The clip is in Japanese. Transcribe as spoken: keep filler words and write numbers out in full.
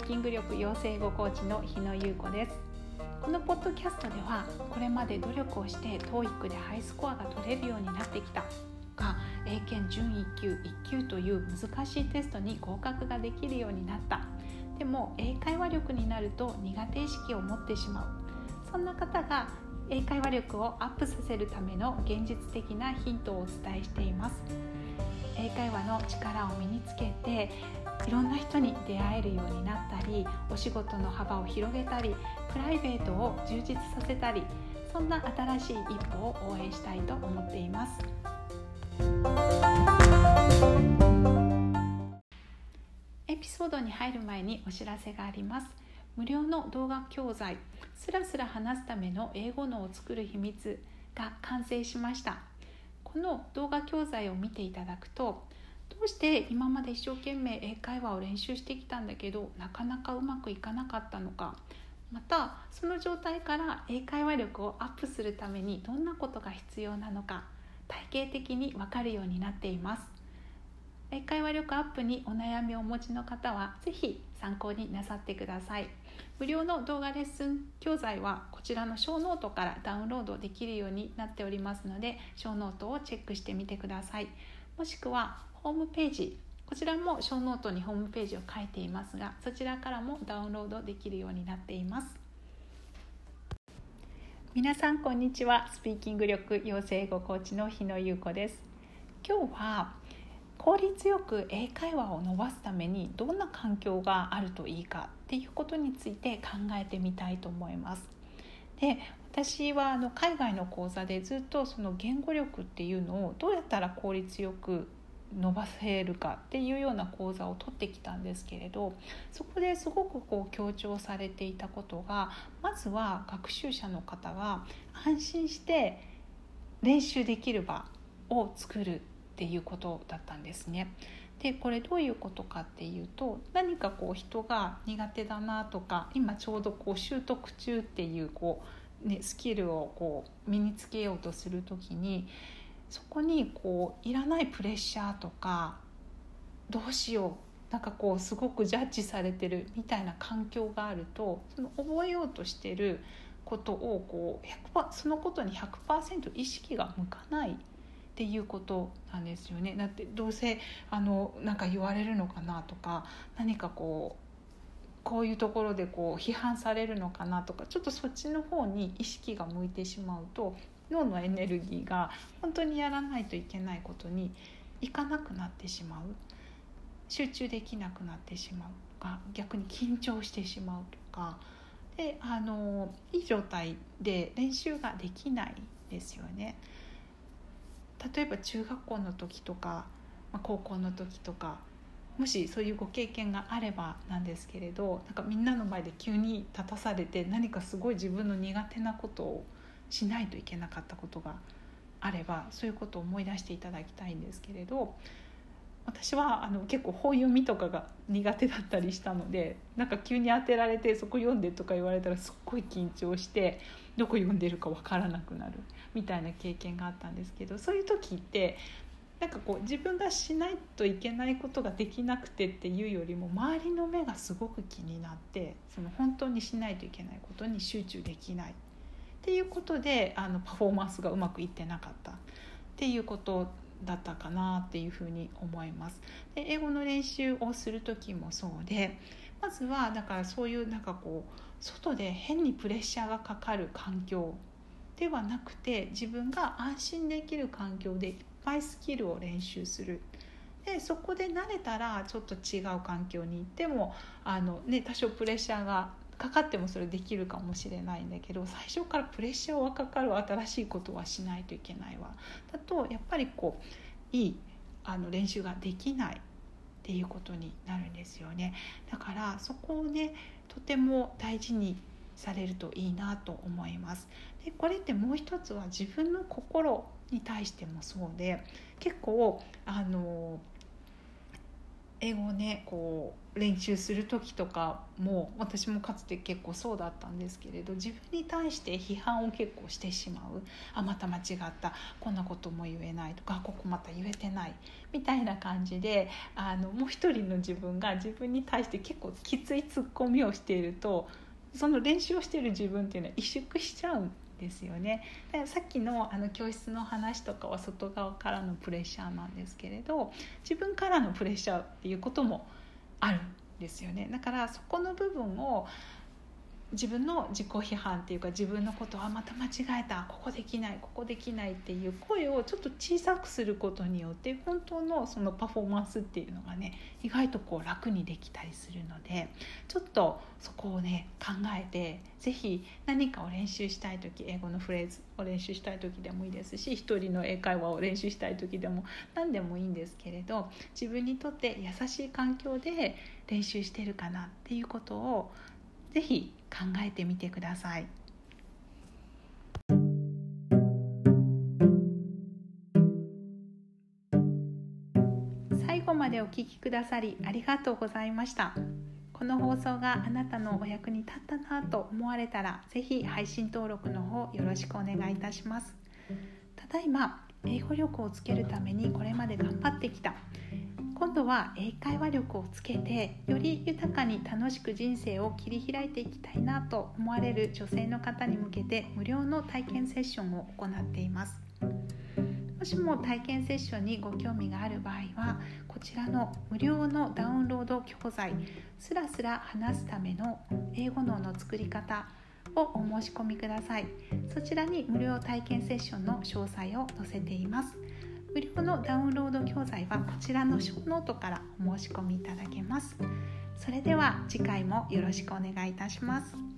ーキング力養成語コーチの日野優子です。このポッドキャストではこれまで努力をして トーイック でハイスコアが取れるようになってきたが、英検準いっ級いっ級という難しいテストに合格ができるようになった、でも英会話力になると苦手意識を持ってしまう、そんな方が英会話力をアップさせるための現実的なヒントをお伝えしています。英会話の力を身につけていろんな人に出会えるようになったり、お仕事の幅を広げたり、プライベートを充実させたり、そんな新しい一歩を応援したいと思っています。エピソードに入る前にお知らせがあります。無料の動画教材、スラスラ話すための英語脳を作る秘密が完成しました。この動画教材を見ていただくと、どうして今まで一生懸命英会話を練習してきたんだけどなかなかうまくいかなかったのか、またその状態から英会話力をアップするためにどんなことが必要なのか、体系的に分かるようになっています。英会話力アップにお悩みをお持ちの方はぜひ参考になさってください。無料の動画レッスン教材はこちらのショーノートからダウンロードできるようになっておりますので、ショーノートをチェックしてみてください。もしくはホームページ、こちらもショーノートにホームページを書いていますが、そちらからもダウンロードできるようになっています。皆さんこんにちは。スピーキング力養成語コーチの日野優子です。今日は効率よく英会話を伸ばすためにどんな環境があるといいかっていうことについて考えてみたいと思います。で、私はあの海外の講座でずっとその言語力っていうのをどうやったら効率よく伸ばせるかっていうような講座を取ってきたんですけれど、そこですごくこう強調されていたことが、まずは学習者の方が安心して練習できる場を作るっていうことだったんですね。で、これどういうことかっていうと、何かこう人が苦手だなとか、今ちょうどこう習得中っていうこう、ね、スキルをこう身につけようとするときに、そこにこういらないプレッシャーとか、どうしよう、なんかこうすごくジャッジされてるみたいな環境があると、その覚えようとしてることをこうひゃくパーセント、そのことに ひゃくパーセント 意識が向かないっていうことなんですよね。だってどうせあのなんか言われるのかなとか、何かこうこういうところでこう批判されるのかなとか、ちょっとそっちの方に意識が向いてしまうと、脳のエネルギーが本当にやらないといけないことにいかなくなってしまう、集中できなくなってしまうとか、逆に緊張してしまうとかで、あのいい状態で練習ができないですよね。例えば中学校の時とか、まあ、高校の時とか、もしそういうご経験があればなんですけれど、なんかみんなの前で急に立たされて何かすごい自分の苦手なことをしないといけなかったことがあれば、そういうことを思い出していただきたいんですけれど、私はあの結構本読みとかが苦手だったりしたので、なんか急に当てられてそこ読んでとか言われたらすっごい緊張して、どこ読んでるか分からなくなるみたいな経験があったんですけど、そういう時ってなんかこう自分がしないといけないことができなくてっていうよりも、周りの目がすごく気になって、その本当にしないといけないことに集中できないっていうことで、あのパフォーマンスがうまくいってなかったっていうことだったかなっていうふうに思います。で、英語の練習をする時もそうで、まずはだからそういうなんかこう外で変にプレッシャーがかかる環境ではなくて、自分が安心できる環境でいっぱいスキルを練習する。で、そこで慣れたらちょっと違う環境に行ってもあの、ね、多少プレッシャーがかかってもそれできるかもしれないんだけど、最初からプレッシャーがかかる新しいことはしないといけないわだと、やっぱりこういいあの練習ができないっていうことになるんですよね。だからそこをね、とても大事にされるといいなと思います。で、これってもう一つは自分の心に対してもそうで、結構あの英語をねこう練習する時とかも、私もかつて結構そうだったんですけれど、自分に対して批判を結構してしまう。あ、また間違った、こんなことも言えないとか、ここまた言えてないみたいな感じで、あのもう一人の自分が自分に対して結構きついツッコミをしていると、その練習をしている自分っていうのは萎縮しちゃうんですよね。だからさっき の, あの教室の話とかは外側からのプレッシャーなんですけれど、自分からのプレッシャーっていうこともあるんですよね。だからそこの部分を、自分の自己批判っていうか、自分のことはまた間違えた、ここできないここできないっていう声をちょっと小さくすることによって、本当のそのパフォーマンスっていうのがね、意外とこう楽にできたりするので、ちょっとそこをね考えて、ぜひ何かを練習したい時、英語のフレーズを練習したい時でもいいですし、一人の英会話を練習したい時でも何でもいいんですけれど、自分にとって優しい環境で練習してるかなっていうことをぜひ考えてみてください。最後までお聞きくださりありがとうございました。この放送があなたのお役に立ったなと思われたら、ぜひ配信登録の方よろしくお願いいたします。ただいま英語力をつけるためにこれまで頑張ってきた、今度は英会話力をつけて、より豊かに楽しく人生を切り開いていきたいなと思われる女性の方に向けて、無料の体験セッションを行っています。もしも体験セッションにご興味がある場合は、こちらの無料のダウンロード教材、スラスラ話すための英語脳の作り方をお申し込みください。そちらに無料体験セッションの詳細を載せています。無料のダウンロード教材はこちらのショーノートからお申し込みいただけます。それでは次回もよろしくお願いいたします。